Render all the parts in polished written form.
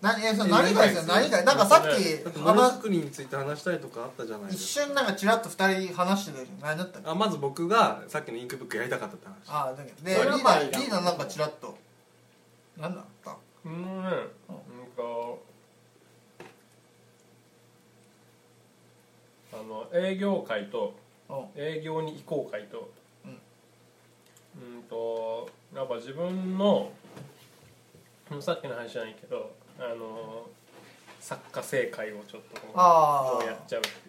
何がですよ、何がなんかさっきものづくりについて話したいとかあったじゃないですか。 一瞬なんかちらっと2人話してたじゃん。何だったっけ。 まず僕がさっきのインクブックやりたかったって話。 だけどでリーダーなんかちらっとなんだった営業会と営業に行こう会とやっぱ自分のさっきの話じゃないけど作家性会をちょっとこうやっちゃうっていう。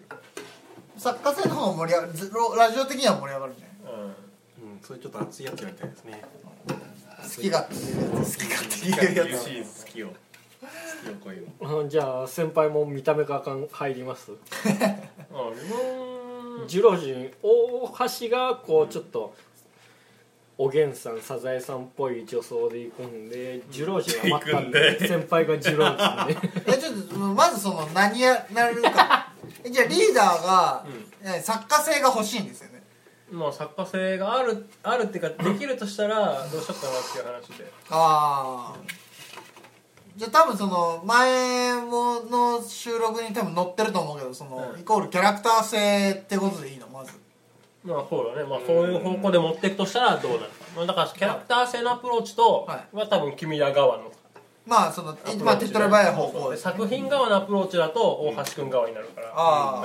作家性の方が盛り上がる、ラジオ的には盛り上がるね。 そういうちょっと熱いやつやりたいですね。 好き勝手言うやつ。 好きをこういうの。じゃあ先輩も見た目が入ります。ジュロ人大橋がこうちょっとおげんさんサザエさんっぽい女装で行くんで、ジュロ人は待ったんで先輩がジュロ人でちょっとまずその何やるかじゃあリーダーが、作家性が欲しいんですよね。 まあ作家性があるっていうかできるとしたらどうしようかなっていう話で。 じゃあ多分その前の収録に多分載ってると思うけど、その、イコールキャラクター性ってことでいいのまず。 まあそうだね。まあそういう方向で持っていくとしたらどうなるか。だからキャラクター性のアプローチとは多分君ら側の。 まあその手っ取り早い方向で作品側のアプローチだと大橋君側になるから、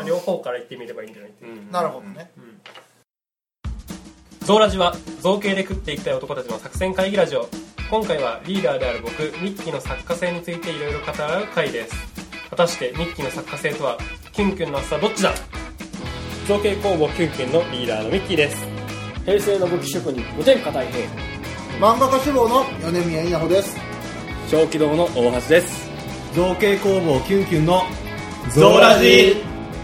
両方から言ってみればいいんじゃないっていう。 なるほどね。 ゾウラジは造形で食っていきたい男たちの作戦会議ラジオ。今回はリーダーである僕ミッキーの作家性についていろいろ語らう回です。果たしてミッキーの作家性とはキュンキュンの厚さどっちだ。造形工房キュンキュンのリーダーのミッキーです。 平成の武器職人御殿下太平、 漫画家志望の米宮稲穂です。 小気道の大橋です。 造形工房キュンキュンのゾウラジ。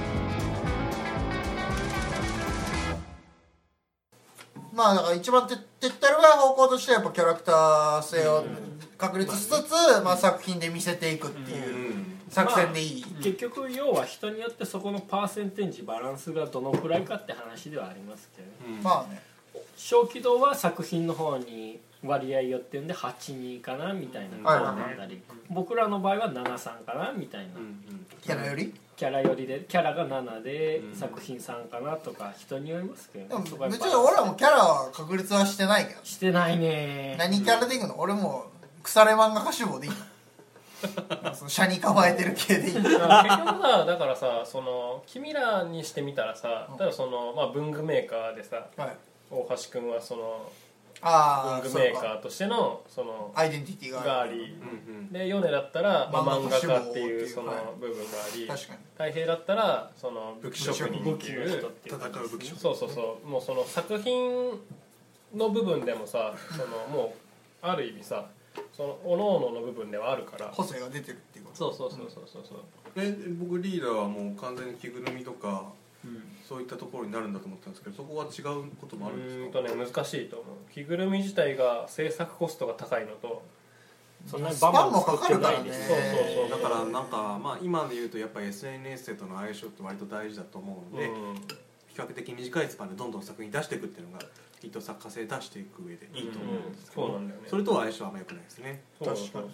まあだから一番手っ取り早い方向としてやっぱキャラクター性を確立しつつ、作品で見せていくっていう作戦でいい。 結局要は人によってそこのパーセンテージバランスがどのくらいかって話ではありますけど、 まあね、 小気道は作品の方に割合寄ってるんで8-2かなみたいなことだったり、僕らの場合は7-3かなみたいな、 キャラよりキャラ寄りでキャラが7で作品3かなとか人によりますけど、 でも別に俺らもキャラは確立はしてないけど。 してないね。 何キャラでいくの？俺も腐れ漫画家志望でいいの？その車に構えてる系でいいの？ 結局さ、だからさ、その君らにしてみたらさ、例えばその、文具メーカーでさ、大橋君はその文具メーカーとしてのそのアイデンティティがあり、 で米だったら漫画家っていうその部分があり、太平だったらその武器職人っていう戦う武器職人。 そうもうその作品の部分でもさ、そのもうある意味さ、その各々の部分ではあるから個性が出てるっていうこと。 そう僕リーダーはもう完全に着ぐるみとか、そういったところになるんだと思ったんですけど、そこは違うこともあるんですか？ 難しいと思う。着ぐるみ自体が制作コストが高いのと、 そんなにスパンもかかるからね。 そうだからなんか今で言うとやっぱり SNS との相性って割と大事だと思うんで、比較的短いスパンでどんどん作品出していくっていうのがきっと作家性出していく上でいいと思うんですけど、 そうなんだよね。 それとは相性はあんま良くないですね。 確かに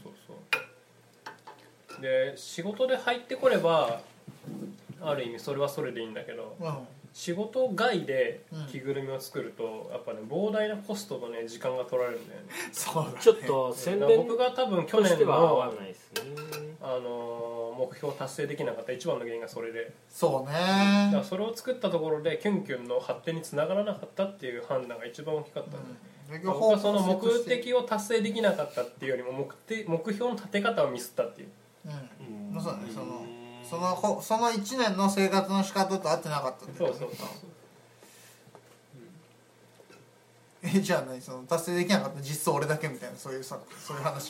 で仕事で入ってこればある意味それはそれでいいんだけど、仕事外で着ぐるみを作るとやっぱね膨大なコストとね時間が取られるんだよね。 そうだね。 ちょっと宣伝僕が多分去年は合わのないですね。 目標を達成できなかった一番の原因がそれで、 そうね。 だからそれを作ったところでキュンキュンの発展につながらなかったっていう判断が一番大きかったんだよね。僕はその目的を達成できなかったっていうよりも目標の立て方をミスったっていう。 そうね、その1年の生活の仕方と合ってなかったんだよね。 そうじゃあ何、その達成できなかった実装俺だけみたいなそういう話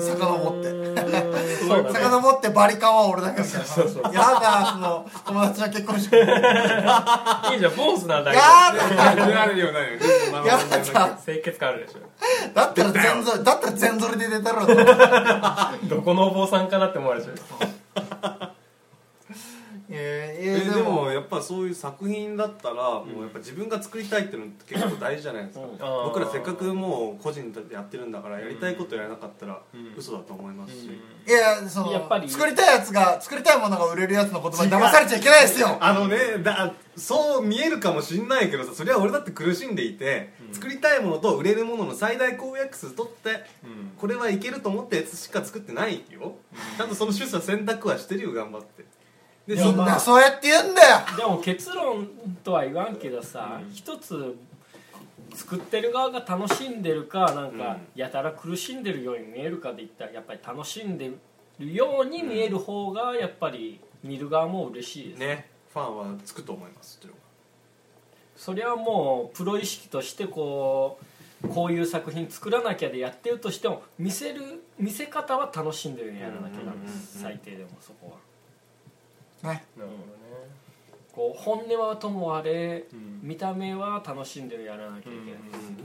遡ってバリカンは俺だけみたいな話。やだ、その友達の結婚式いいじゃん、坊主なんだけど。 なるよなるよ。 やだ、清潔感あるでしょ。 だったら全ぞりで出たろうとどこのお坊さんかなって思われちゃう。 でもやっっぱそういう作品だったらもうやっぱ自分が作りたいっていうのって結構大事じゃないですか、僕らせっかくもう個人でやってるんだからやりたいことやらなかったら嘘だと思いますし、 いやそのやっぱり作りたいものが売れるやつの言葉に騙されちゃいけないですよ。 そう見えるかもしんないけどさ、それは俺だって苦しんでいて、作りたいものと売れるものの最大公約数取って、これはいけると思ったやつしか作ってないよ、ちゃんとその取捨選択はしてるよ、頑張って。でみんなそうやって言うんだよ。 でも結論とは言わんけどさ、一つ作ってる側が楽しんでるかなんかやたら苦しんでるように見えるかで言ったらやっぱり楽しんでるように見える方がやっぱり見る側も嬉しいですね。ファンはつくと思います。 それはもうプロ意識としてこういう作品作らなきゃでやってるとしても見せ方は楽しんでるようにやらなきゃダメです、最低でもそこはね。 なるほどね。 こう本音はともあれ、見た目は楽しんでるやらなきゃいけない、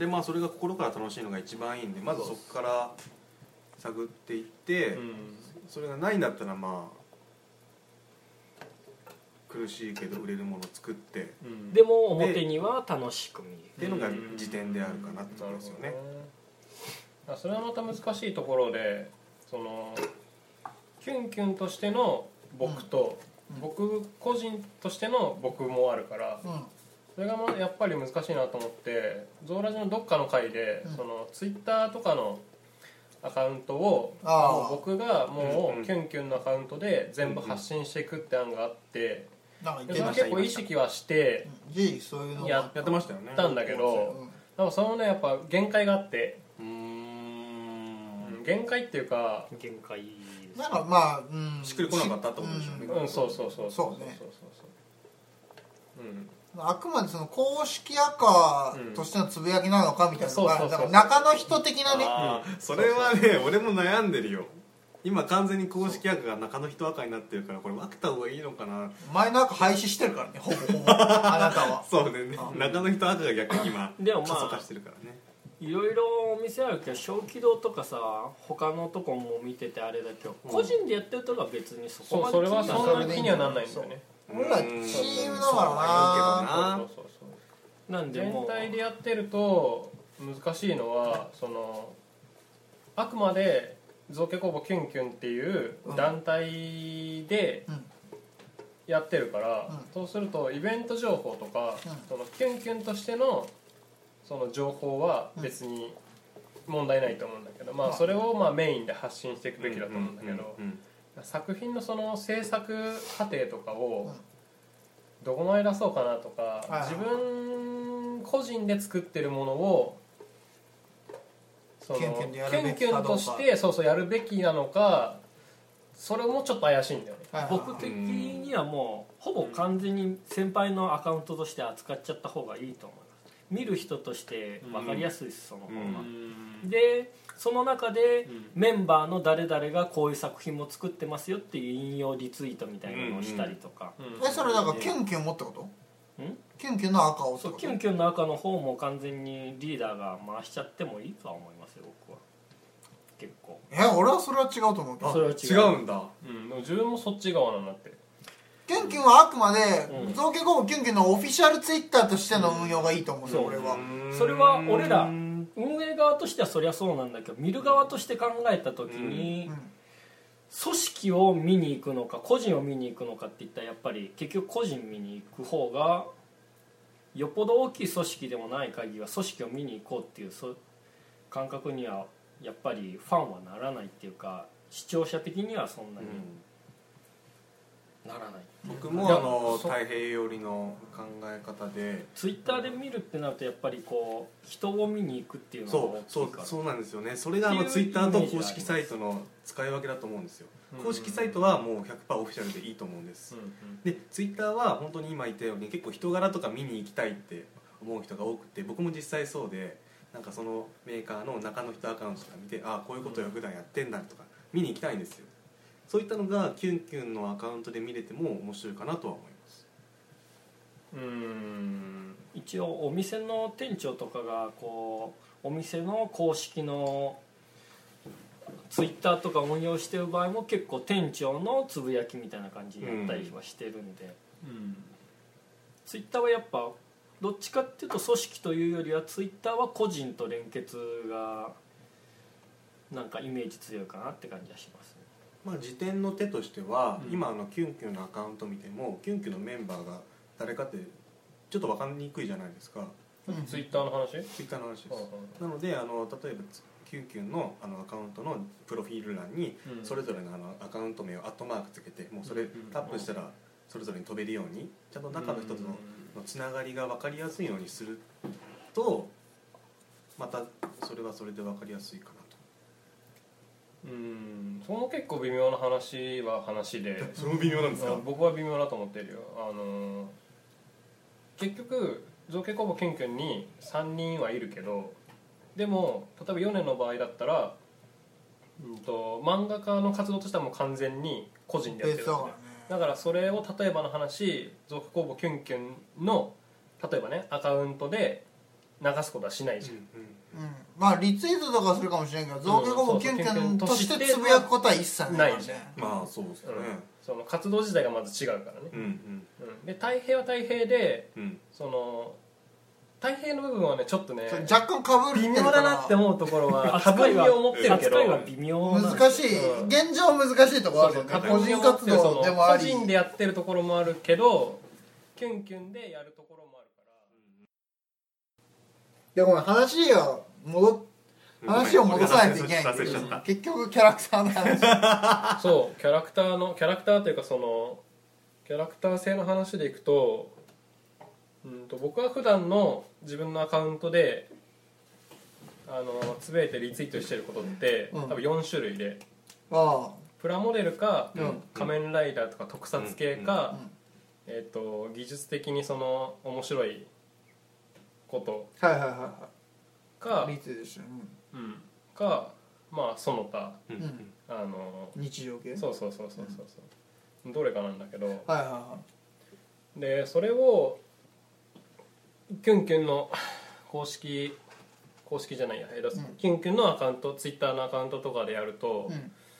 でまあそれが心から楽しいのが一番いいんで、まずそこから探っていって、それがないんだったらまあ苦しいけど売れるものを作って、 でも表には楽しく見えるっていうのが時点であるかなってことですよね。 それはまた難しいところで、そのキュンキュンとしての僕と、僕個人としての僕もあるから、それがやっぱり難しいなと思って、ゾーラジのどっかの回で、そのツイッターとかのアカウントを僕がもうキュンキュンのアカウントで全部発信していくって案があって、それは結構意識はしてやってましたよね。 たんだけど、でもそのねやっぱ限界があって、限界っていうか限界なんかまあ、 しっくりこなかったってことでしょうね。 そうね。 あくまでその公式アカとしてのつぶやきなのかみたいなのが、だから中の人的なね。 それはね、俺も悩んでるよ。今完全に公式アカが中の人アカになってるから、これ分けた方がいいのかな。 前のアカ廃止してるからね、ほぼあなたは。 そうね、中の人アカが逆に今でも過疎化してるからね。 いろいろお店あるけど小気道とかさ他のとこも見ててあれだけど、個人でやってるとかは別にそこまでそれはそんな気にはならないんだよね。 俺らチームだからな。 なんでも全体でやってると難しいのは、そのあくまで造形工房キュンキュンっていう団体でやってるから、そうするとイベント情報とか、そのキュンキュンとしてのその情報は別に問題ないと思うんだけど、まあそれをまあメインで発信していくべきだと思うんだけど、作品のその制作過程とかをどこまで出そうかなとか、自分個人で作ってるものをそのキュンキュンとしてそうやるべきなのか、それもちょっと怪しいんだよね。 僕的にはもうほぼ完全に先輩のアカウントとして扱っちゃった方がいいと思います。見る人として分かりやすいです、その方が。でその中でメンバーの誰々がこういう作品も作ってますよっていう引用リツイートみたいなのをしたりとか。 それなんかキュンキュンもってこと？キュンキュンの赤をってこと？ キュンキュンの赤の方も完全にリーダーが回しちゃってもいいとは思いますよ、僕は。結構俺はそれは違うと思うけど。 それは違うんだ。 自分もそっち側なんだって。 キュンキュンはあくまで造形工房キュンキュンのオフィシャルツイッターとしての運用がいいと思うんだよ、俺は。 それは俺ら運営側としてはそりゃそうなんだけど、見る側として考えた時に組織を見に行くのか個人を見に行くのかって言ったらやっぱり結局個人見に行く方がよっぽど大きい組織でもない限りは組織を見に行こうっていう感覚にはやっぱりファンはならないっていうか、視聴者的にはそんなにならない。 僕も太平洋寄りの考え方で、 ツイッターで見るってなるとやっぱりこう人を見に行くっていうのが大きいから。 そうなんですよね。それがツイッターと公式サイトの使い分けだと思うんですよ。公式サイトはもう 100% オフィシャルでいいと思うんです。でツイッターは本当に今言ったように結構人柄とか見に行きたいって思う人が多くて、僕も実際そうで、なんかそのメーカーの中の人アカウントとか見て、こういうことを普段やってんだとか見に行きたいんですよ。そういったのがキュンキュンのアカウントで見れても面白いかなとは思います。 一応お店の店長とかがこうお店の公式のツイッターとか運用してる場合も結構店長のつぶやきみたいな感じでやったりはしてるんで、 ツイッターはやっぱどっちかっていうと組織というよりはツイッターは個人と連結がなんかイメージ強いかなって感じがしますね。 まあ、時点の手としては、今キュンキュンのアカウント見てもキュンキュンのメンバーが誰かってちょっと分かりにくいじゃないですか。 ツイッターの話？ ツイッターの話です。なので例えばキュンキュンのアカウントのプロフィール欄にそれぞれのアカウント名をアットマークつけて、もうそれタップしたらそれぞれに飛べるようにちゃんと中の人とのつながりが分かりやすいようにすると、またそれはそれで分かりやすいかなと。 その結構微妙な話は話でそれも微妙なんですか？ 僕は微妙だと思ってるよ。結局造形工房キュンキュンに3人はいるけど、でも例えばヨネの場合だったら、漫画家の活動としてはもう完全に個人でやってるんですね。だからそれを例えばの話、造形工房キュンキュンの例えばねアカウントで流すことはしないじゃん、 まあリツイートとかするかもしれんけど造形工房キュンキュンとしてつぶやくことは一切ないじゃん。 まあそうですね、 その活動自体がまず違うからね、で太平は太平で、その太平の部分はねちょっとね若干かぶる微妙だなって思うところはかぶりを持ってるけど扱いは微妙なん難しい、現状難しいところあるよね。個人活動でもあり個人でやってるところもあるけどキュンキュンでやるところもあるから。 いやごめん、話を戻さないといけないんだけど、結局キャラクターの話そうキャラクターというかそのキャラクター性の話でいくと、僕は普段の自分のアカウントでつぶやいてリツイートしてることって、多分4種類で、プラモデルか、仮面ライダーとか特撮系か、技術的にその面白いことか、 リツイートしてる、 かまあその他、 日常系、 そうどれかなんだけど、 でそれをキュンキュンの公式じゃないや、キュンキュンのアカウント、ツイッターのアカウントとかでやると、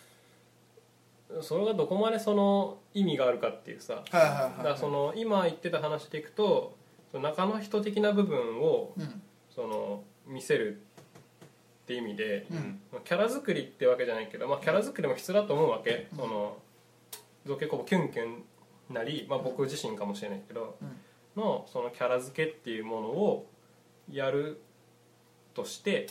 それがどこまでその意味があるかっていうさ、だからその今言ってた話でいくと中の人的な部分を、その見せるって意味で、キャラ作りってわけじゃないけど、キャラ作りも必要だと思うわけ、その造形工房キュンキュンなり、僕自身かもしれないけど、そのキャラ付けっていうものをやるとして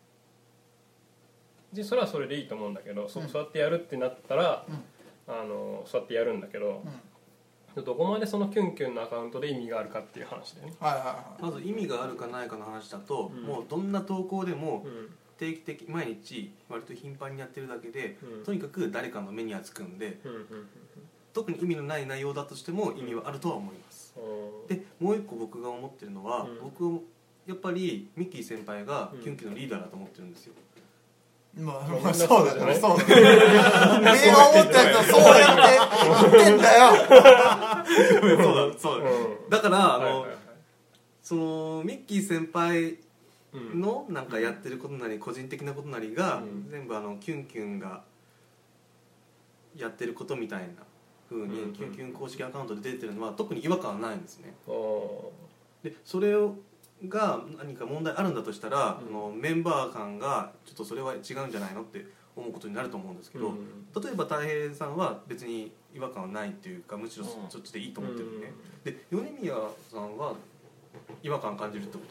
でそれはそれでいいと思うんだけど、そうやってやるってなったら、そうやってやるんだけど、どこまでそのキュンキュンのアカウントで意味があるかっていう話だよね。 まず意味があるかないかの話だと、もうどんな投稿でも定期的毎日割と頻繁にやってるだけで、とにかく誰かの目にはつくんで、特に意味のない内容だとしても意味はあるとは思います。でもう一個僕が思ってるのは、僕やっぱりミッキー先輩がキュンキュンのリーダーだと思ってるんですよ。 そうだね、そうだね。俺が思ったやつはそう言ってんだよ。 そうだ。だからそのミッキー先輩のなんかやってることなり個人的なことなりが、全部キュンキュンがやってることみたいな風にキュンキュン公式アカウントで出てるのは特に違和感はないんですね。でそれが何か問題あるんだとしたら、メンバー間がちょっとそれは違うんじゃないのって思うことになると思うんですけど、例えば太平さんは別に違和感はないっていうか、むしろそっちでいいと思ってるね。で米宮さんは違和感感じるってこと？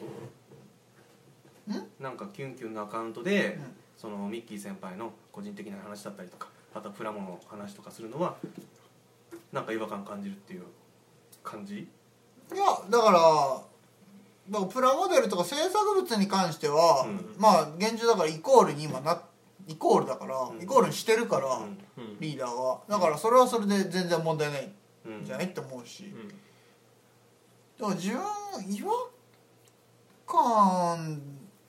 なんかキュンキュンのアカウントで、そのミッキー先輩の個人的な話だったりとか、あとはプラモの話とかするのはなんか違和感感じるっていう感じ？ いやだからプラモデルとか制作物に関しては、現状だからイコールに今イコールだから、イコールにしてるから、リーダーはだからそれはそれで全然問題ないんじゃないって思うし、だから自分違和感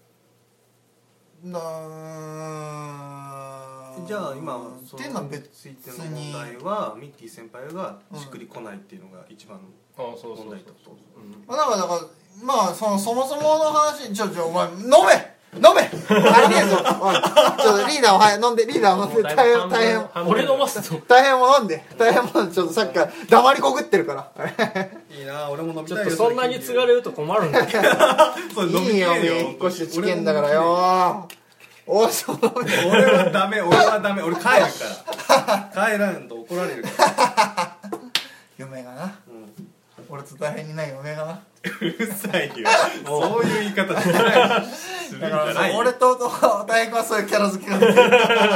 じゃあ今その別に問題はミッキー先輩がしっくりこないっていうのが一番の問題ってこと？ だからそもそもの話お前飲め飲めありねえぞおいちょっとリーダーを飲んでリーダーを飲んで大変俺飲ますと大変も飲んでちょっとさっきから黙りこぐってるからいいな俺も飲みちょたいよっとそんなに継がれると困るんだけどそう飲みいいよたいよ引っ越してチキンだからよおいそう飲め俺はダメ俺帰るから帰らんと怒られるから嫁がな、俺と大変にない嫁がなうるさいよそういう言い方しないするんじだからゃないよ俺と大変はそういうキャラ付けができる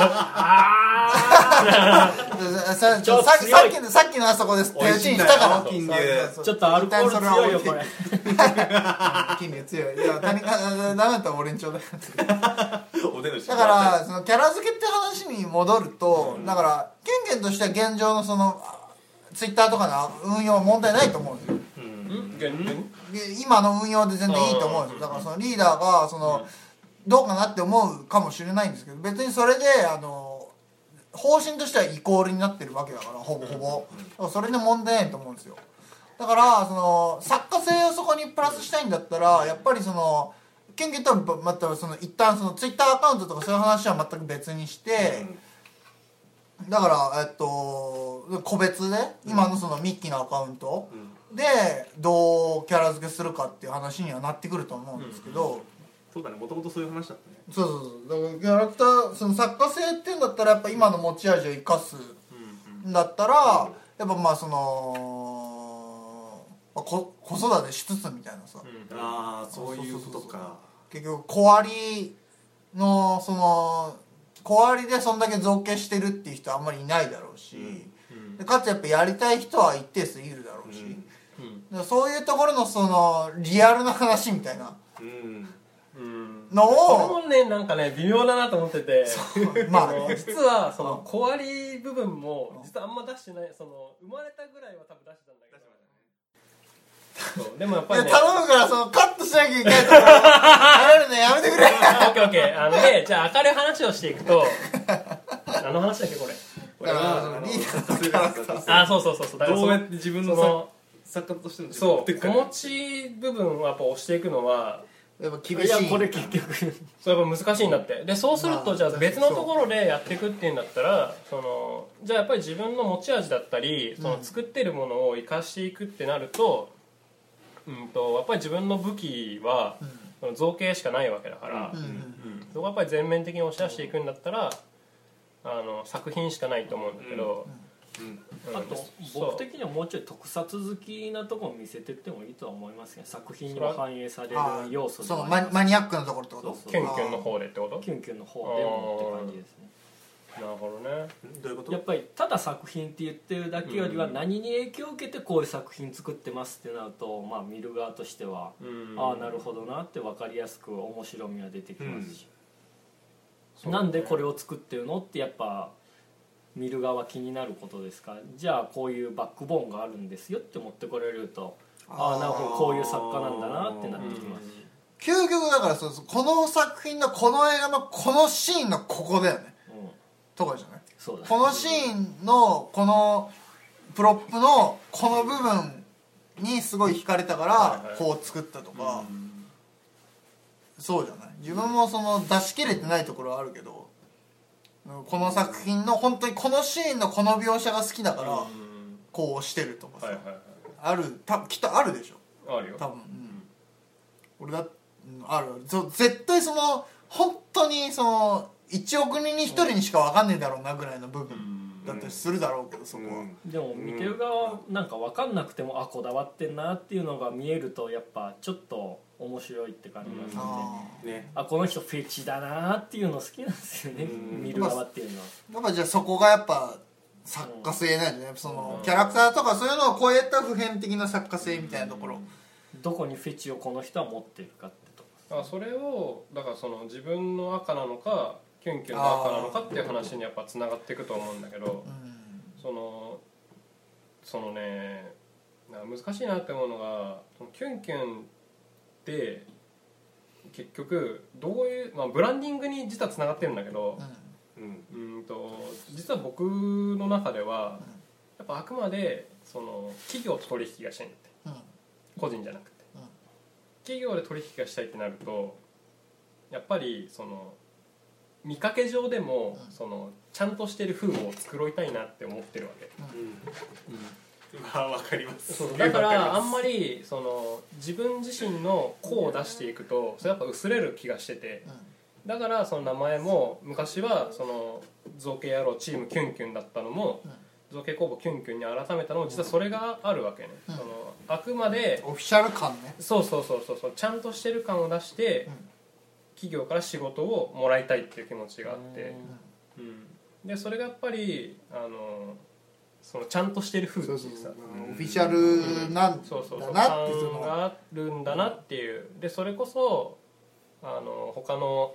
さっきのあそこです手打ちにしたから美味しいんだよそうちょっとアルコール強いよこれ金龍強いいやダメだったら俺んちょうだいおでのだからそのキャラ付けって話に戻ると、だからケンケンとしては現状のそのツイッターとかの運用は問題ないと思うんですよ、今の運用で全然いいと思うんですよ。だからそのリーダーがその、どうかなって思うかもしれないんですけど、別にそれで方針としてはイコールになってるわけだからほぼほぼ、だからそれで問題ないと思うんですよ。だからその作家性をそこにプラスしたいんだったらやっぱりそのケンケンとはまたその一旦そのツイッターアカウントとかそういう話は全く別にして、だから個別で今のそのミッキーのアカウントでどうキャラ付けするかっていう話にはなってくると思うんですけど、 そうだね、もともとそういう話だったね。 そうだからキャラクターその作家性っていうんだったらやっぱ今の持ち味を生かすんだったらやっぱまあその子育てしつつみたいなさ、 ああそういうことか。 結局小割りのその小割りでそんだけ造形してるっていう人はあんまりいないだろうし、でかつやっぱやりたい人は一定数いるだろうし、だからそういうところのそのリアルな話みたいなのを、 これもねなんかね微妙だなと思っててまあね実はその小割り部分も実はあんま出してない、その生まれたぐらいは多分出してたんだけどそうでもやっぱりね頼むからそのカットしなきゃいけないところあるねやめてくれオッケーオッケーでじゃあ明るい話をしていくと何の話だっけこれ俺はリーダーのキャラクターあそうだからどうやって自分の作家としての自分をそう子持ち部分をやっぱ押していくのはやっぱ厳しい。 いやこれ結局そうやっぱ難しいんだって。でそうするとじゃあ別のところでやっていくっていうんだったらそのじゃあやっぱり自分の持ち味だったりその作ってるものを生かしていくってなると、やっぱり自分の武器は、その造形しかないわけだから、そこはやっぱり全面的に押し出していくんだったら作品しかないと思うんだけど、 あと僕的にはもうちょい特撮好きなところを見せてってもいいとは思いますね。作品にも反映される要素でそのはマニアックなところってこと？ キュンキュンの方でってこと？ キュンキュンの方でもって感じですね。 なるほどね。 どういうこと？ やっぱりただ作品って言ってるだけよりは何に影響を受けてこういう作品作ってますってなると、まあ見る側としてはああなるほどなって分かりやすく面白みは出てきますし、なんでこれを作ってるのってやっぱ見る側気になることですから、じゃあこういうバックボーンがあるんですよって持ってこられるとああなるほどこういう作家なんだなってなってきますし、 究極だからそうこの作品のこの映画のこのシーンのここだよね、とかじゃない？ そうだね、 このシーンのこのプロップのこの部分にすごい惹かれたからこう作ったとか、そうじゃない？自分もその出し切れてないところはあるけど、この作品の本当にこのシーンのこの描写が好きだからこうしてるとかさ、あるきっとあるでしょ。 あるよ多分、俺だある絶対その本当にその1億人に1人にしか分かんねえだろうなぐらいの部分だったりするだろうけど、そこはでも見てる側なんか分かんなくてもあこだわってんなっていうのが見えるとやっぱちょっと面白いって感じがするので、あこの人フェチだなっていうの好きなんですよね、見る側っていうのは。 やっぱじゃあそこがやっぱ作家性なんじゃない？そのキャラクターとかそういうのを超えた普遍的な作家性みたいなところ、 どこにフェチをこの人は持ってるかってとこ。 それをだからその自分の赤なのかキュンキュンの赤なのかっていう話にやっぱつながっていくと思うんだけど、そのね難しいなって思うのがそのキュンキュンって結局どういう、ブランディングに実はつながってるんだけど、実は僕の中ではやっぱあくまでその企業と取引がしたいんだって、個人じゃなくて、企業で取引がしたいってなるとやっぱりその見かけ上でもそのちゃんとしてる風を作りたいなって思ってるわけ、 まあわかります。 そうだからあんまりその自分自身の個を出していくとそれやっぱ薄れる気がしてて、だからその名前も昔はその造形野郎チームキュンキュンだったのも造形工房キュンキュンに改めたのも実はそれがあるわけね、そのあくまでオフィシャル感ね。 そうちゃんとしてる感を出して企業から仕事をもらいたいっていう気持ちがあって、でそれがやっぱりそのちゃんとしてる風っていうさオフィシャルなんだなって感があるんだなっていう。でそれこそ他の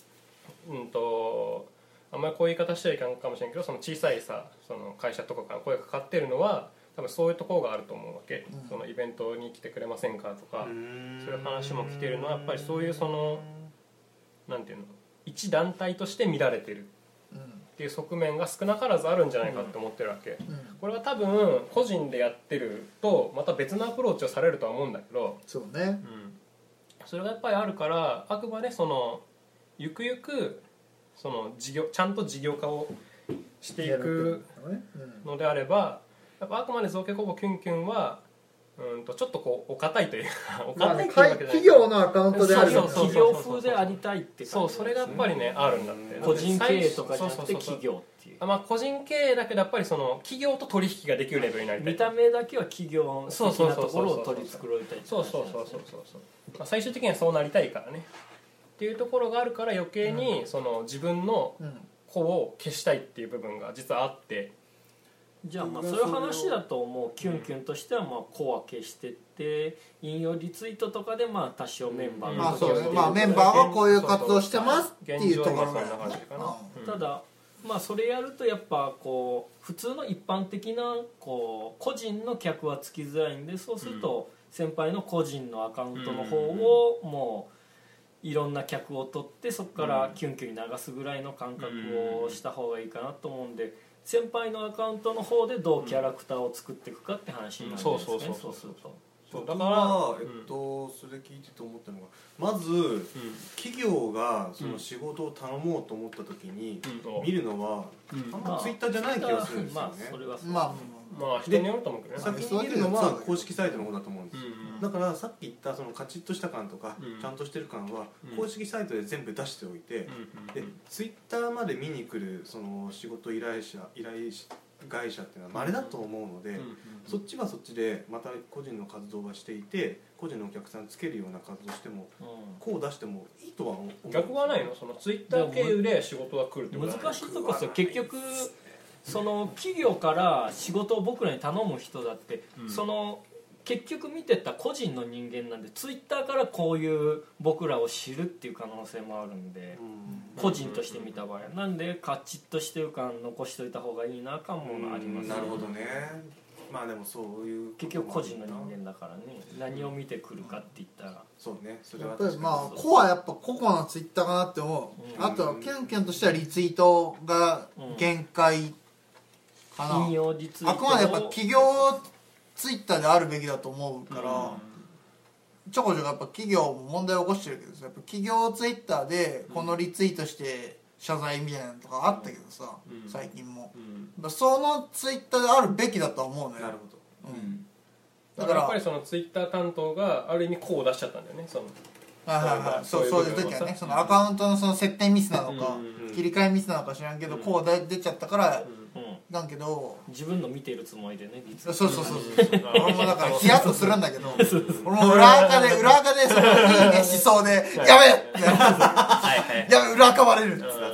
あんまりこういう言い方しちゃいかんかもしれんけど、その小さいさその会社とかから声がかかってるのは多分そういうところがあると思うわけ、そのイベントに来てくれませんかとかそういう話も来てるのはやっぱりそういうそのなんていうの一団体として見られてるっていう側面が少なからずあるんじゃないかって思ってるわけ、これは多分個人でやってるとまた別のアプローチをされるとは思うんだけど、 そうね、 それがやっぱりあるからあくまでそのゆくゆくそのちゃんと事業化をしていくのであればやっぱあくまで造形工房キュンキュンはちょっとこうお堅いというかお堅いっていうわけじゃない、 企業のアカウントであるよね。 企業風でありたいってそうそれがやっぱりねあるんだって。 個人経営とかじゃなくて企業っていう、 まあ個人経営だけどやっぱりその企業と取引ができるレベルになりたい。 見た目だけは企業的なところを取り繕いたい。 そう、まあ、最終的にはそうなりたいからねっていうところがあるから余計にその自分の個を消したいっていう部分が実はあって、 じゃあまあそういう話だともうキュンキュンとしてはまあ個は消してって引用リツイートとかでまあ多少メンバーまあそうね、まあメンバーはこういう活動してますっていうところがただまあそれやるとやっぱこう普通の一般的なこう個人の客はつきづらいんで、そうすると先輩の個人のアカウントの方をもういろんな客を取ってそこからキュンキュンに流すぐらいの感覚をした方がいいかなと思うんで、先輩のアカウントの方でどうキャラクターを作っていくかって話になるんですね。そうするとそうだから、それ聞いてて思ったのがまず、企業がその仕事を頼もうと思った時に見るのは、あんまツイッターじゃない気がするんですよね。 まあ人によると思うけどね。 先に見るのは公式サイトの方だと思うんですよ。だからさっき言ったそのカチッとした感とか、ちゃんとしてる感は公式サイトで全部出しておいて、でツイッターまで見に来るその仕事依頼会社っていうのは稀だと思うので、そっちはそっちでまた個人の活動はしていて個人のお客さんつけるような活動しても、こう出してもいいとは思う。 逆はないの？そのツイッター経由で仕事が来るってことは難しいとこですよ。結局その企業から仕事を僕らに頼む人だって、その結局見てた個人の人間なんでツイッターからこういう僕らを知るっていう可能性もあるんで、個人として見た場合なんでカチッとしてる感残しといた方がいいな感もありますね。 なるほどね。まあでもそういう結局個人の人間だからね、何を見てくるかって言ったらそうね、それはやっぱりまあ個はやっぱ個々のツイッターかなって思う、あとはキュンキュンとしてはリツイートが限界かな、 引用リツイートあくまでやっぱ企業ツイッターであるべきだと思うから、ちょこちょこやっぱ企業も問題を起こしてるけどさ、やっぱ企業ツイッターでこのリツイートして謝罪みたいなのとかあったけどさ、最近も、そのツイッターであるべきだとは思うのよ。 なるほど、 だからやっぱりそのツイッター担当がある意味こう出しちゃったんだよね。そのそういう時はね、そのアカウントのその設定ミスなのか、切り替えミスなのか知らんけど、こう出ちゃったからだけど、 自分の見てるつもりでね。 そう俺もだからヒヤッとするんだけど俺も裏垢でそのいいねしそうでやべえやべ裏垢バレる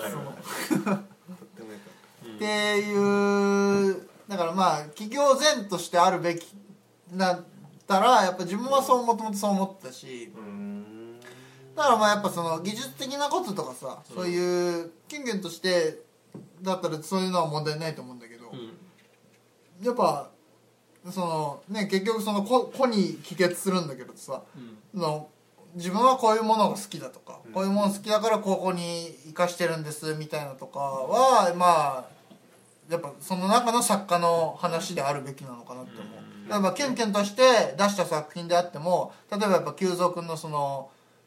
っていうだからまあ企業前としてあるべきだったらやっぱ自分はもともとそう思ってたし、だからまあやっぱその技術的なこととかさ、そういうキュンキュンとしてだったらそういうのは問題ないと思うんだけど、やっぱそのね結局その個に帰結するんだけどさ、自分はこういうものが好きだとか、こういうもの好きだからここに生かしてるんですみたいなとかはまあやっぱその中の作家の話であるべきなのかなって思う。キュンキュンとして出した作品であっても、例えばやっぱ久蔵君のその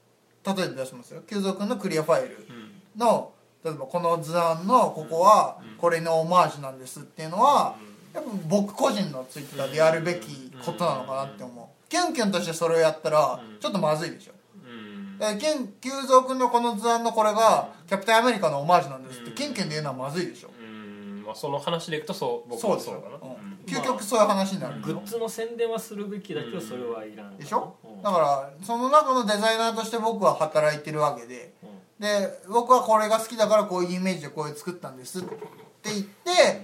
例えて出しますよ。久蔵君のクリアファイルの、例えばこの図案のここはこれのオマージュなんですっていうのは、やっぱ僕個人のツイッターでやるべきことなのかなって思う。キュンキュンとしてそれをやったらちょっとまずいでしょ。久蔵君のこの図案のこれがキャプテンアメリカのオマージュなんですってキュンキュンで言うのはまずいでしょ。 まあ、その話でいくと僕はそうかな。 究極そういう話になる、 グッズの宣伝はするべきだけどそれはいらんでしょ。だからその中のデザイナーとして僕は働いてるわけで、で僕はこれが好きだからこういうイメージでこういう作ったんですって言って、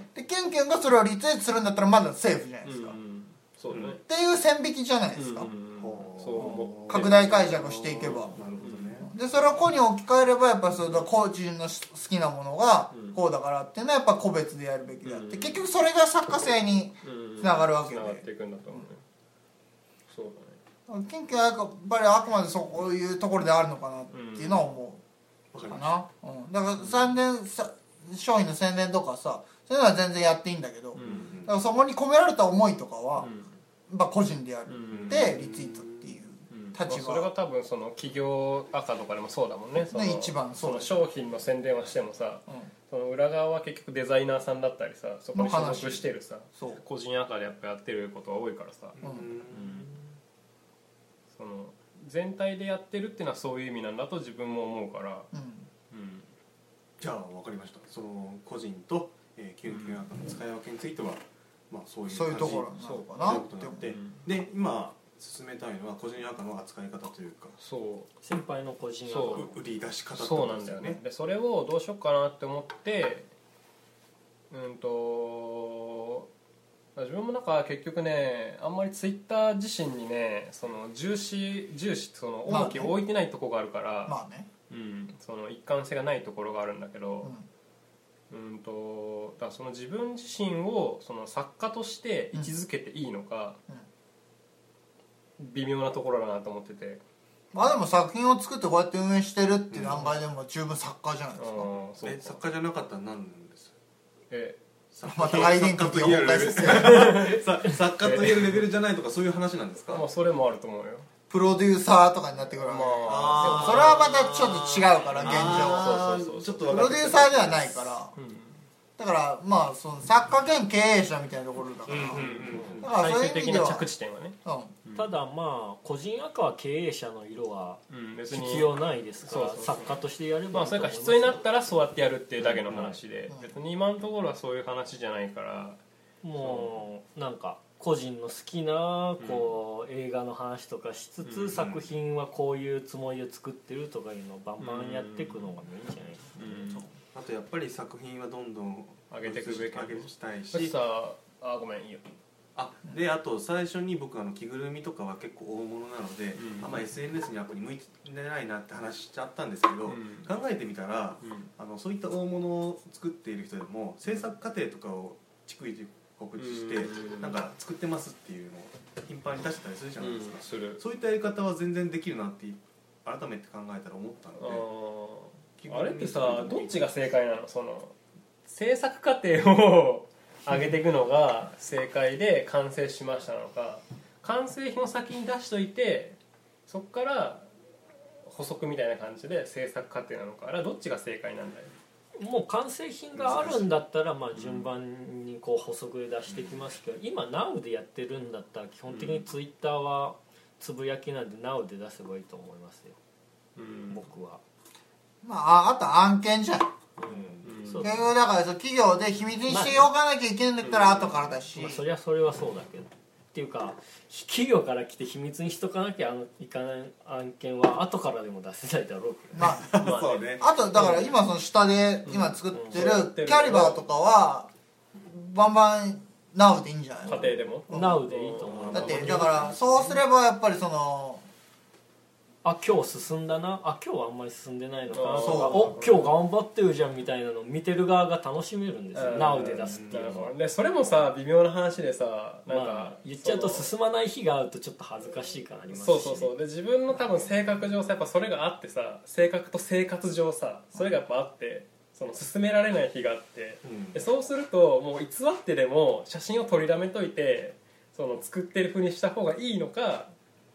でキュンキュンがそれをリツイートするんだったらまだセーフじゃないですか、 そうね、 っていう線引きじゃないですか、 そう拡大解釈していけば、でそれを個に置き換えればやっぱその個人の好きなものがこうだからっていうのはやっぱ個別でやるべきであって、結局それが作家性につながるわけで、 つながっていくんだと思うね。そうだね。 キュンキュンはやっぱりあくまでそういうところであるのかなっていうのは思うかな、だから商品の宣伝とかさ、そういうのは全然やっていいんだけど、だからそこに込められた思いとかは、個人でやるでリツイートっていう立場、 それが多分その企業赤とかでもそうだもんね。 一番その商品の宣伝はしてもさ、その裏側は結局デザイナーさんだったりさ、そこに所属してるさ個人赤でやっぱやってることが多いからさ、その全体でやってるっていうのはそういう意味なんだと自分も思うから、 じゃあ分かりました。その個人とキュンキュン赤の使い分けについては、まあそういうところなのかなって思って、 で今進めたいのは個人赤の扱い方というか、 そう先輩の個人赤の売り出し方そうなんだよね。でそれをどうしようかなって思って、自分もなんか結局ね、あんまりツイッター自身にね、その重視その重きを置いてないとこがあるから、 まあね、 その一貫性がないところがあるんだけど、だからその自分自身をその作家として位置づけていいのか、微妙なところだなと思ってて。 まあでも作品を作ってこうやって運営してるっていう段階でも十分作家じゃないですか。 作家じゃなかったら何なんですか。 またアイデンティティを崩壊作家と言えるレベルじゃないとかそういう話なんですか。 まあそれもあると思うよ。 プロデューサーとかになってくるわけで、でもそれはまたちょっと違うから現状、プロデューサーではないから、だからまあその作家兼経営者みたいなところだから、だからそういう意味では最終的な着地点はね、 ただまあ個人赤は経営者の色は必要ないですから、作家としてやれば、 まあそれから必要になったらそうやってやるっていうだけの話で、別に今のところはそういう話じゃないから、 もうなんか個人の好きなこう映画の話とかしつつ、作品はこういうつもりで作ってるとかいうのをバンバンやっていくのがいいんじゃないですか。 あとやっぱり作品はどんどん上げていくべきしたいし、 ごめんいいよ。 であと最初に僕着ぐるみとかは結構大物なので、あんま SNS にやっぱり向いてないなって話しちゃったんですけど、考えてみたら、そういった大物を作っている人でも制作過程とかを逐一告知してなんか作ってますっていうのを頻繁に出してたりするじゃないですか。そういったやり方は全然できるなって改めて考えたら思ったので、 あれってさ、どっちが正解なの？その制作過程を上げていくのが正解で完成しましたのか、完成品を先に出しといてそこから補足みたいな感じで制作過程なのか、あれはどっちが正解なんだよ。 もう完成品があるんだったらまあ順番にこう補足で出してきますけど、今 Now でやってるんだったら基本的に Twitter はつぶやきなんで Now で出せばいいと思いますよ、僕は。 まああと案件じゃん、結局だから企業で秘密にしておかなきゃいけないんだったら後からだし、 そりゃそれはそうだけどっていうか、企業から来て秘密にしとかなきゃいかない案件は後からでも出せないだろうけど、 そうね。 あとだから今その下で今作ってるキャリバーとかはバンバン Now でいいんじゃないの？ 家庭でも Now でいいと思う。 だってだからそうすればやっぱりその今日進んだな、今日はあんまり進んでないのかなとか、 そう今日頑張ってるじゃんみたいなのを見てる側が楽しめるんですよ、Now で出すっていうのは。 でそれもさ微妙な話でさ、なんか、 言っちゃうと進まない日があるとちょっと恥ずかしいからありますし、 そうで自分の多分性格上さ、やっぱそれがあってさ、性格と生活上さそれがやっぱあって、その進められない日があって、でそうするともう偽ってでも写真を撮りだめといてその作ってる風にした方がいいのか、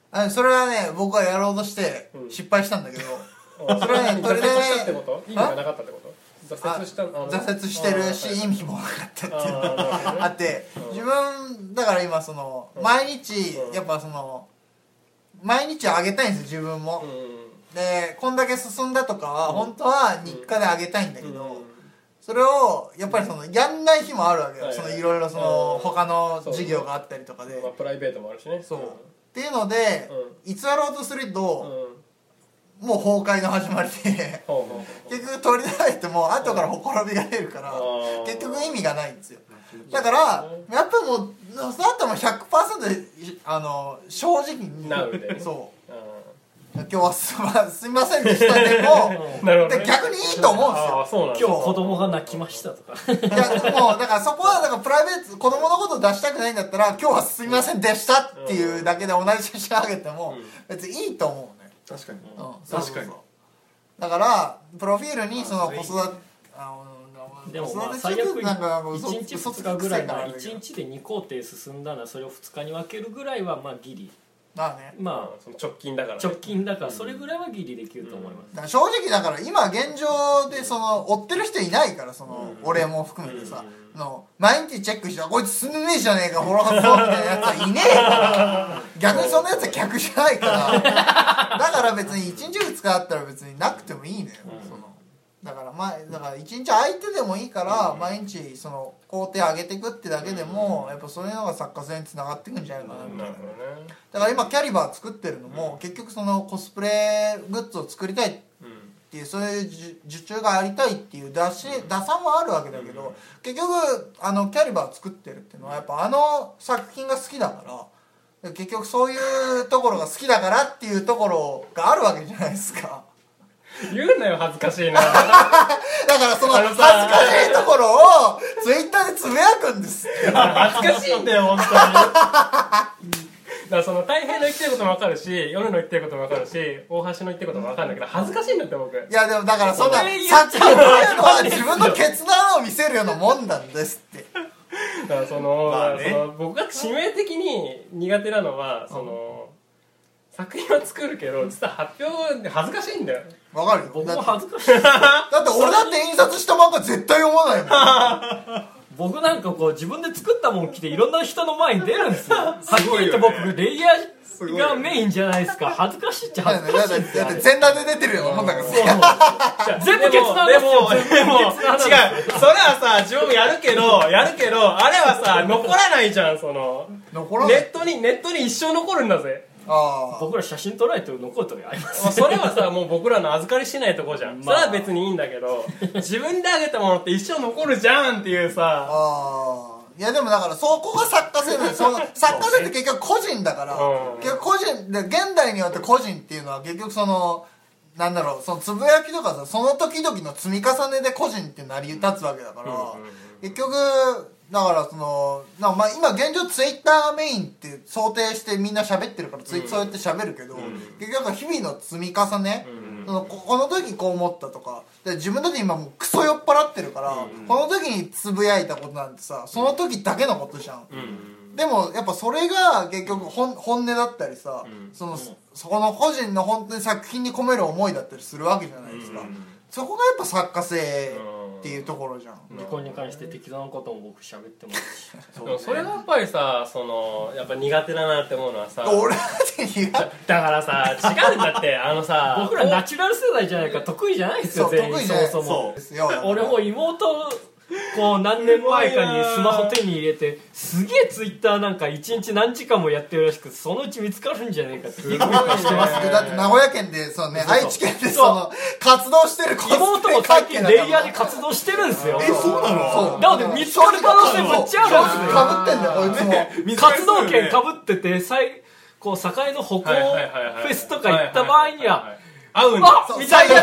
それはね僕はやろうとして失敗したんだけど、それはね挫折したってこと？意味がなかったってこと？挫折してるし意味もなかったっていうのがあって、自分だから今その毎日やっぱその毎日あげたいんですよ自分も。でこんだけ進んだとかは本当は日課であげたいんだけど、それをやっぱりそのやんない日もあるわけよ。そのいろいろその他の授業があったりとかで、 プライベートもあるしね。 そうっていうので偽ろうとするともう崩壊の始まりで結局取り出されても後からほころびが出るから結局意味がないんですよ。だからやっぱもうその後も 100% 正直にそう今日はすみませんでしたでもで逆にいいと思うんですよ。 今日子供が泣きましたとかいやもうだからそこはだからプライベート子供のことを出したくないんだったら今日はすみませんでしたっていうだけで同じ写真あげても別にいいと思うね。 確かに、 確かに。だからプロフィールにその子育てでもまあ最悪1日2日ぐらいなら1日で2工程進んだらそれを2日に分けるぐらいはまあギリまあその直近だからそれぐらいはギリできると思います。 だから正直だから今現状でその追ってる人いないからその俺も含めてさ毎日チェックしてこいつ進んでねえじゃねえかフォロー外そうみたいなやつはいねえから逆にそんなやつは客じゃないからだから別に1日2日あったら別になくてもいいのよ。だから1日空いてでもいいから毎日その工程上げていくってだけでもやっぱそういうのが作家性につながっていくんじゃないかなみたいな。だから今キャリバー作ってるのも結局そのコスプレグッズを作りたいっていうそういう受注がありたいっていう打算もあるわけだけど結局キャリバー作ってるっていうのはやっぱ作品が好きだから結局そういうところが好きだからっていうところがあるわけじゃないですか。 言うなよ恥ずかしいなだからその恥ずかしいところをツイッターでつぶやくんですって恥ずかしいんだよ本当にだからその大変の言ってることも分かるし夜の言ってることも分かるし大橋の言ってることも分かるんだけど恥ずかしいんだって僕。いやでもだからそんな作品っていうのは自分の決断を見せるようなもんなんですってだからその僕が致命的に苦手なのはその作品は作るけど実は発表で恥ずかしいんだよ。 わかるよ。 僕も恥ずかしいだって俺だって印刷した漫画絶対読まないもん僕なんかこう自分で作ったもん着ていろんな人の前に出るんですよはっきり言って僕レイヤーがメインじゃないですか。恥ずかしいっちゃ恥ずかしいだって全裸で出てるようなもんだから全部決断ですよ。 でも違うそれはさ自分もやるけどあれはさ残らないじゃん。そのネットに一生残るんだぜ。 僕ら写真撮られて残るときあります、 それはさもう僕らの預かりしてないとこじゃん、それは別にいいんだけど自分であげたものって一生残るじゃんっていうさいやでもだからそこが作家性なんです作家性って結局個人だから、結局個人で現代によって個人っていうのは結局そのなんだろうそのつぶやきとかさその時々の積み重ねで個人って成り立つわけだから、結局だからその今現状ツイッターがメインって想定してみんな喋ってるからそうやって喋るけど、結局日々の積み重ね、この時こう思ったとかで自分だって今もうクソ酔っ払ってるから、この時につぶやいたことなんてさその時だけのことじゃん、でもやっぱそれが結局本音だったりさ、そこの個人の本当に作品に込める思いだったりするわけじゃないですか、そこがやっぱ作家性っていうところじゃん。 離婚に関して適当なことも僕喋ってますしでもそれがやっぱりさやっぱ苦手だなって思うのはさ俺だって苦手だからさ違うんだってさ僕らナチュラル世代じゃないから得意じゃないですよ全員そもそも俺も妹こう何年前かにスマホ手に入れてすげえツイッターなんか1日何時間もやってるらしくそのうち見つかるんじゃねえかってすごいしてますよ。だって名古屋県で愛知県で活動してる妹も最近レイヤーで活動してるんですよ。 そうなの？ なので見つかる可能性むっちゃあるんですよ。 かぶってんだよこいつも活動権かぶっててこう境の歩行フェスとか行った場合には合うんだみたいな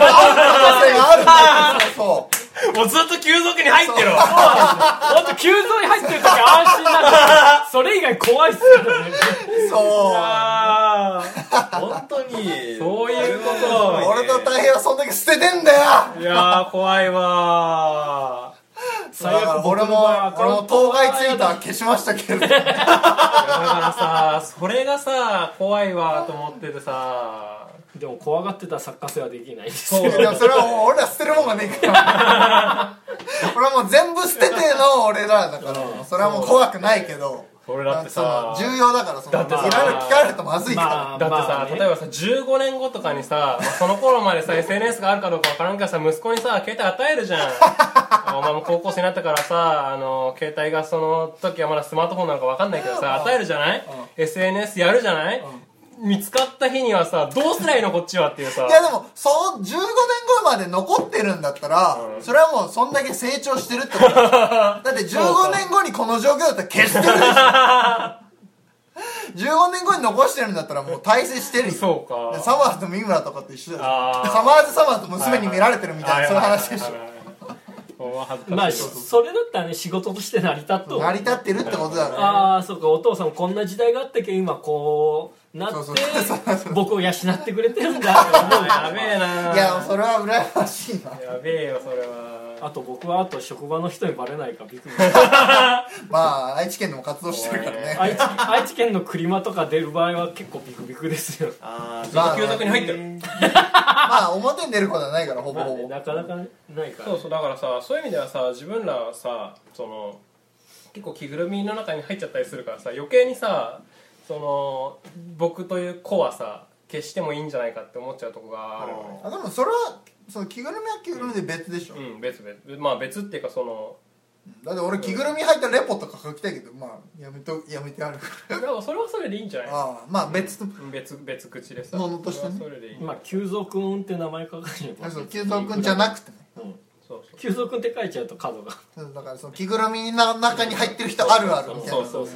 もうずっと急速に入ってるわほんと急増に入ってる時安心なんだそれ以外怖いっすよね本当にそういうこと俺と大平はそんだけ捨ててんだよ。 いやー怖いわ最悪俺も当該ツイートは消しましたけどだからさそれがさ怖いわと思っててさでも怖がってたら作家性はできないですよ。 でもそれはもう俺ら捨てるもんがねえから俺はもう全部捨てての俺らだからそれはもう怖くないけど俺だってさ重要だからいろいろ聞かれるとまずいから、 だってさ、例えばさ15年後とかにさ、その頃までさ SNS があるかどうかわからんけどさ息子にさ携帯与えるじゃんお前も高校生になったからさ携帯がその時はまだスマートフォンなのかわかんないけどさ与えるじゃない、SNS やるじゃない、見つかった日にはさどうすりゃいいのこっちはっていうさ。 いやでも15年後まで残ってるんだったら、それはもうそんだけ成長してるってことだって15年後にこの状況だったら消してるでしょ15年後に残してるんだったらもう大成してるよ。 そうか。 サマーズと三村とかと一緒だよ。サマーズと娘に見られてるみたいなそういう話でしょ。 まあそれだったらね仕事として成り立っと成り立ってるってことだね。 ああそうか、お父さんこんな時代があったけど今こうなって僕を養ってくれてるんだって思うやべえな。 いやそれは羨ましいな。 やべえよそれは。 あと僕はあと職場の人にバレないかビクビクまあ愛知県でも活動してるからね。 愛知県の車とか出る場合は結構ビクビクですよ。 ああ急速に入ってるまあ表に出ることはないからほぼほぼ、 なかなかないから。 そうだからさそういう意味ではさ自分らはさ結構着ぐるみの中に入っちゃったりするからさ余計にさ僕という子はさ消してもいいんじゃないかって思っちゃうとこがあるのね。 でもそれは着ぐるみは着ぐるみで別でしょ。 別まあ別っていうかだって俺着ぐるみ入ったレポとか書きたいけどまあやめてあるからだからそれはそれでいいんじゃない。 まあ別口でさものとしてね。 それでいい。 まあ久蔵くんって名前書かないと久蔵くんじゃなくてね。 久蔵くんって書いちゃうと角がだから着ぐるみの中に入ってる人あるあるみたいな。 そう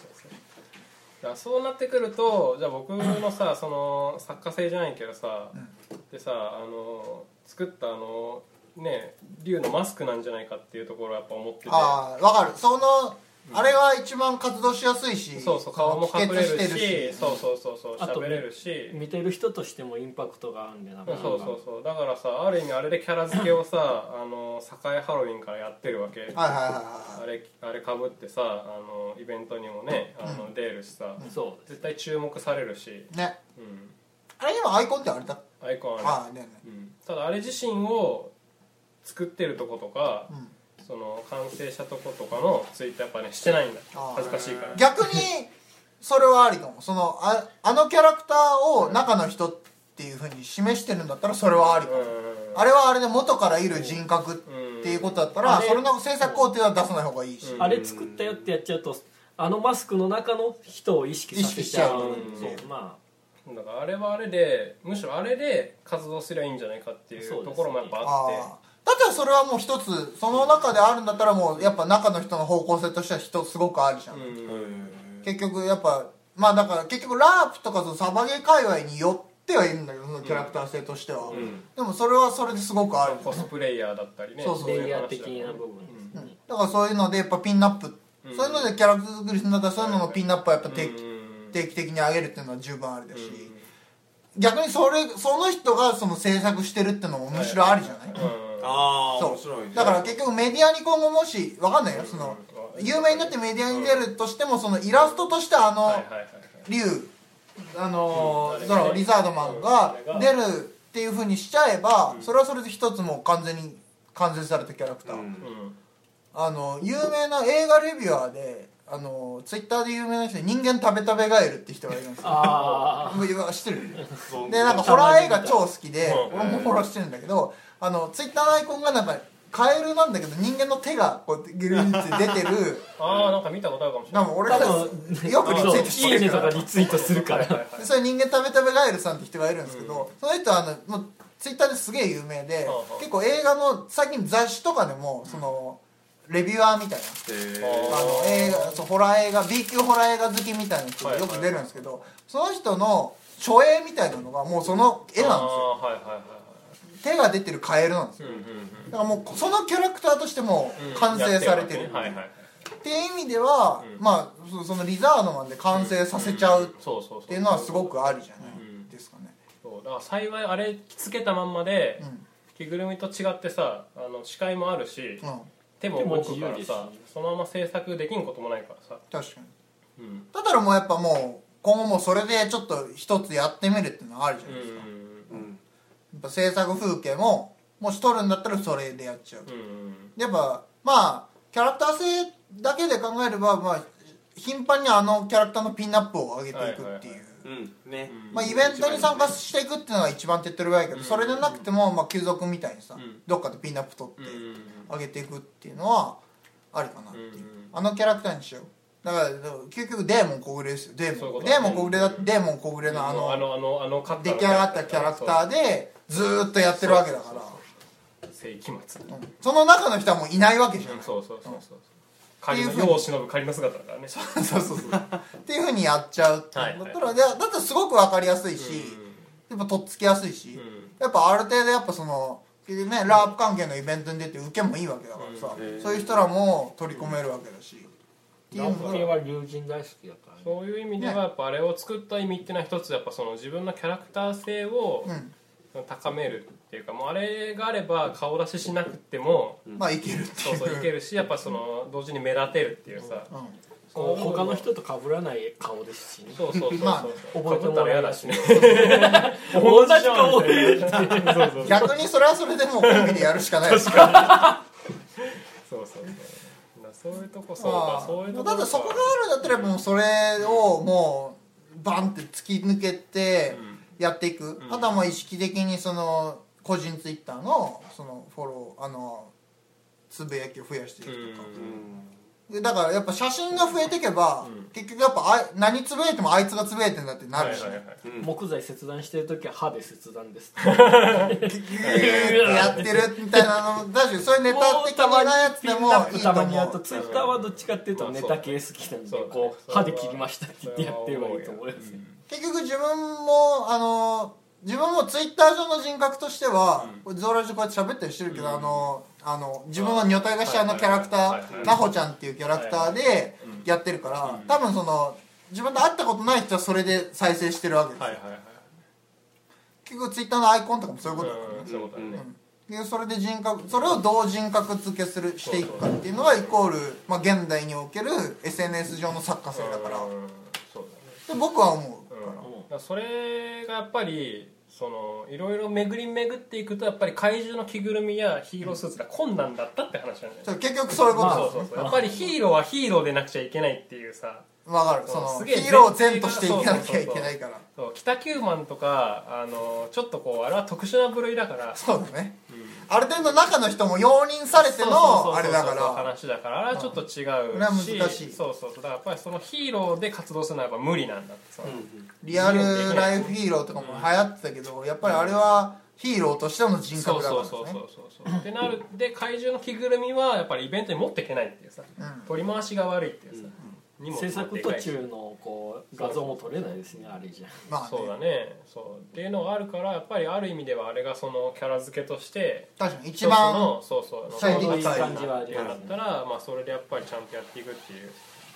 そうなってくるとじゃあ僕のさ作家性じゃないけどさ、でさ作ったね竜のマスクなんじゃないかっていうところをやっぱ思ってて。 わかる。あれは一番活動しやすいし、 顔も隠れるしそう喋れるし見てる人としてもインパクトがあるんでな。 そうだからさある意味あれでキャラ付けをさ栄ハロウィンからやってるわけ。あれかぶってさイベントにもね出るしさ、絶対注目されるしね。 あれ今アイコンってあれだ。 アイコンあれただあれ自身を作ってるとことか完成したとことかのツイートやっぱねしてないんだ。恥ずかしいから。 逆にそれはありかも。あのキャラクターを中の人っていうふうに示してるんだったらそれはありかも。あれはあれで元からいる人格っていうことだったらそれの制作工程は出さない方がいいし、 あれ作ったよってやっちゃうとマスクの中の人を意識させちゃう。 だからあれはあれでむしろあれで活動すればいいんじゃないかっていうところもやっぱあって、 だったらそれはもう一つその中であるんだったらもうやっぱ中の人の方向性としてはすごくあるじゃん。結局やっぱまあだから結局ラープとかサバゲー界隈に寄ってはいるんだけどそのキャラクター性としては、でもそれはそれですごくある。 コスプレイヤーだったりね。 レイヤー的な部分だからそういうのでやっぱピンナップ、そういうのでキャラクター作りするんだったらそういうののピンナップはやっぱ定期的に上げるっていうのは十分あるだし、逆にその人が制作してるっていうのもむしろありじゃない。 面白いね。 だから結局メディアに今後もし分かんないよ有名になってメディアに出るとしてもイラストとして竜リザードマンが出るっていう風にしちゃえばそれはそれで一つもう完全に完成されたキャラクター。有名な映画レビュアーでツイッターで有名な人で人間食べガエルって人がいるんですよ。知ってる？でなんかホラー映画超好きで俺もフォローしてるんだけどツイッターのアイコンがなんかカエルなんだけど人間の手がこうギルギルって出てるなんか見たことあるかもしれない。 俺がよくリツイートしてるからいいねとかリツイートするからそれ人間食べガエルさんって人がいるんですけど、その人はもうツイッターですげえ有名で結構映画の最近雑誌とかでもレビュアーみたいなホラー映画 B 級ホラー映画好きみたいな人がよく出るんですけど、その人の書影みたいなのがもうその絵なんですよ。手が出てるカエルなんですよ。だからもうそのキャラクターとしても完成されてるっていう意味ではまあそのリザードマンで完成させちゃうっていうのはすごくありじゃないですかね。 だから幸いあれ着付けたまんまで着ぐるみと違ってさ視界もあるし手も動くからさ、そのまま制作できんこともないからさ。 確かに、だからもうやっぱもう今後もそれでちょっと一つやってみるっていうのはあるじゃないですか、やっぱ制作風景ももし撮るんだったらそれでやっちゃう、やっぱまあキャラクター性だけで考えれば、まあ頻繁にあのキャラクターのピンナップを上げていくっていう、まあ、イベントに参加していくっていうのが一番手っ取り早いけど、それでなくても、まあ、旧族みたいにさ、どっかでピンナップ取って上げていくっていうのはありかなっていう、あのキャラクターにしよう。だから究極デーモン小暮ですよ。デーモン小暮だって、デーモン小暮の出来上がったキャラクターでずーっとやってるわけだから、 世紀末、 その中の人はもういないわけじゃん。 そう仮の世を忍ぶ仮の姿だからね。 そうっていうふうにやっちゃうってだったら、だってすごく分かりやすいし、やっぱとっつきやすいし、やっぱある程度やっぱそのね、ラープ関係のイベントに出て受けもいいわけだからさ、そういう人らも取り込めるわけだし、 ラープ系は龍神大好きだからね。 そういう意味ではやっぱあれを作った意味っていうのは一つやっぱその自分のキャラクター性を高めるっていうか、もうあれがあれば顔出ししなくてもまあいけるっていう、 そういけるし、やっぱその同時に目立てるっていうさ、 こう他の人と被らない顔ですしね。 そうまあ覚えてもらえないしね。 同じ顔逆にそれはそれでもうコンビでやるしかないですそういうとこ、そういうとこだってそこがあるんだったらもうそれをもうバンって突き抜けてやっていく、あとはもう意識的にその個人ツイッターのそのフォローつぶやきを増やしていくとか、だからやっぱ写真が増えていけば、結局やっぱ何つぶやいてもあいつがつぶやいてんだってなるし、 木材切断してる時は歯で切断ですやってるみたいなのだし、そういうネタ的なやつでもいいと思う。 たまにあとツイッターはどっちかっていうとネタ系好きなんで、こう歯で切りましたって言ってやってればいいと思います。 結局自分もツイッター上の人格としては、ゾーラジこうやって喋ったりしてるけど、自分は女体がしたキャラクター、なほちゃんっていうキャラクターでやってるから、多分その自分と会ったことない人はそれで再生してるわけですよ。結局ツイッターのアイコンとかもそういうことだからね。それでそれをどう人格付けしていくかっていうのがイコール、まあ、現代における SNS 上の作家性だから、で僕は思うから、 それがやっぱりそのいろいろ巡っていくと、やっぱり怪獣の着ぐるみやヒーロースーツが困難だったって話なんだよね。 結局そういうことです、 やっぱりヒーローはヒーローでなくちゃいけないっていうさ、 分かる、そのヒーローを善としていかなきゃいけないから、 北九マンとかちょっとこうあれは特殊な部類だから、 そうだね、ある程度中の人も容認されてのあれだから話だから、あれはちょっと違うし、 難しい。 そうだからやっぱりそのヒーローで活動するのはやっぱ無理なんだって、 リアルライフヒーローとかも流行ってたけど、やっぱりあれはヒーローとしての人格だからですね。 ってなるで、怪獣の着ぐるみはやっぱりイベントに持っていけないっていうさ、取り回しが悪いっていうさ、 制作途中のこう画像も撮れないですね、あれじゃ。 まあそうだね、っていうのがあるから、やっぱりある意味ではあれがそのキャラ付けとして確かに一番最適いい感じはだったら、まあそれでやっぱりちゃんとやっていくっていう、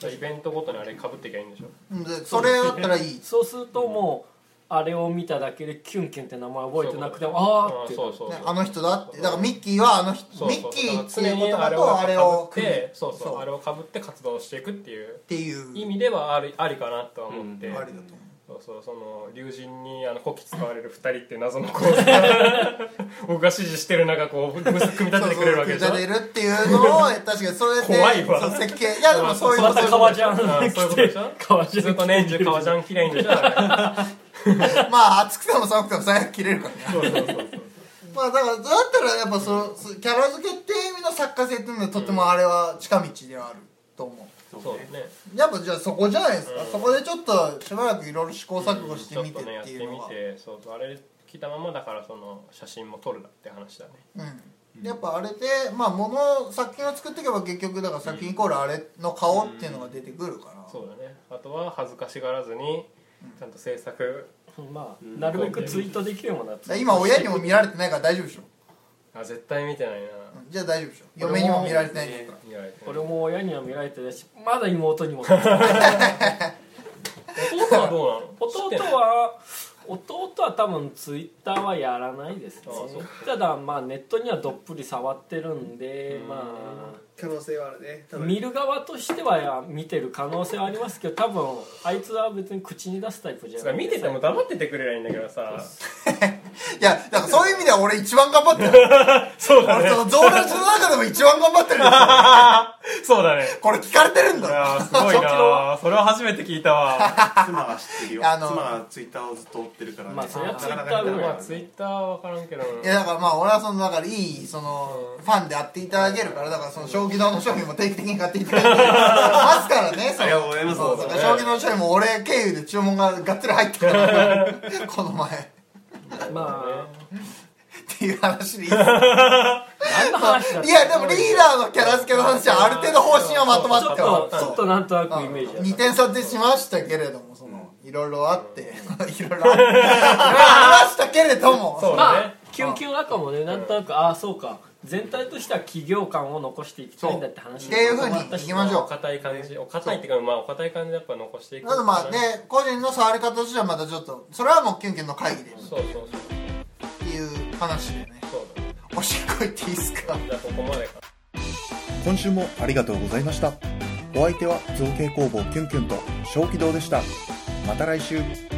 イベントごとにあれ被っていけばいいんでしょ。 それだったらいい。 そうするともうあれを見ただけでキュンキュンって名前覚えてなくても、ああって、 あの人だって、だからミッキーはミッキーっていう言葉とあれを被って、あれを被って活動していくっていう意味ではありかなとは思って、 ありだと思う。 その龍神に古希使われる2人っていう謎の構図が僕が指示してる中こう組み立ててくれるわけでしょ。 組み立てるっていうのを確かにそうやって怖いわ設計、いやでもそういうことで革ジャンそういうことでしょ。革ジャンずっと年中革ジャン嫌いんでしょ。 まあ暑くても寒くても最悪切れるからね。まあだからだったらやっぱキャラ付けっていう意味の作家性っていうのはとてもあれは近道ではあると思う。 そうですね。 やっぱじゃあそこじゃないですか、そこでちょっとしばらくいろいろ試行錯誤してみてっていうのは、 あれ着たままだからその写真も撮るなって話だね。 やっぱあれでまあ作品を作っていけば結局だから作品イコールあれの顔っていうのが出てくるから、 そうだね。あとは恥ずかしがらずにちゃんと制作、 まあなるべくツイートできるものは今親にも見られてないから大丈夫でしょ。 絶対見てないな。 じゃあ大丈夫でしょ。嫁にも見られてないんだから。 俺も親には見られてないし、まだ妹にも弟はどうなの？ 弟は多分ツイッターはやらないですね。ただまあネットにはどっぷり触ってるんで、まあ可能性はあるね。 見る側としては見てる可能性はありますけど、多分あいつは別に口に出すタイプじゃない。 見てても黙っててくれりゃいいんだけどさいやだからそういう意味では俺一番頑張ってるそうだね、 俺そのゾーラジの中でも一番頑張ってるんですよそうだね。 これ聞かれてるんだ。 いやすごいなそれは初めて聞いたわ妻は知ってるよ。妻はツイッターをずっと追ってるからね。 まあそれはツイッターなかなかぐらいツイッターは分からんけど、 いやだからまあ俺はそのだからいいそのファンであっていただけるから、だからその小気道の商品も定期的に買っていただいてますからね。 ありがとうございます。 そうだから小気道の商品も俺経由で注文ががっつり入ってくるからこの前まあっていう話でいいですか。 何の話だったいやでもリーダーのキャラ付けの話はある程度方針はまとまってちょっとなんとなくイメージだった。 2点差でしましたけれども、そのいろいろあっていろいろありましたけれども、 そうまだね、 あキュンキュン赤もね、なんとなくああそうか、全体としては企業感を残していきたいんだって話っていう風にいきましょう。 お堅い感じ、お堅いっていうかまあお堅い感じでやっぱ残していく。 あとまあね、個人の触り方としてはまたちょっとそれはもうキュンキュンの会議でそうそうそうっていう話でね。 そうだね。 おしっこ行っていいですか。 じゃあここまでか。 今週もありがとうございました。お相手は造形工房キュンキュンと小気道でした。また来週。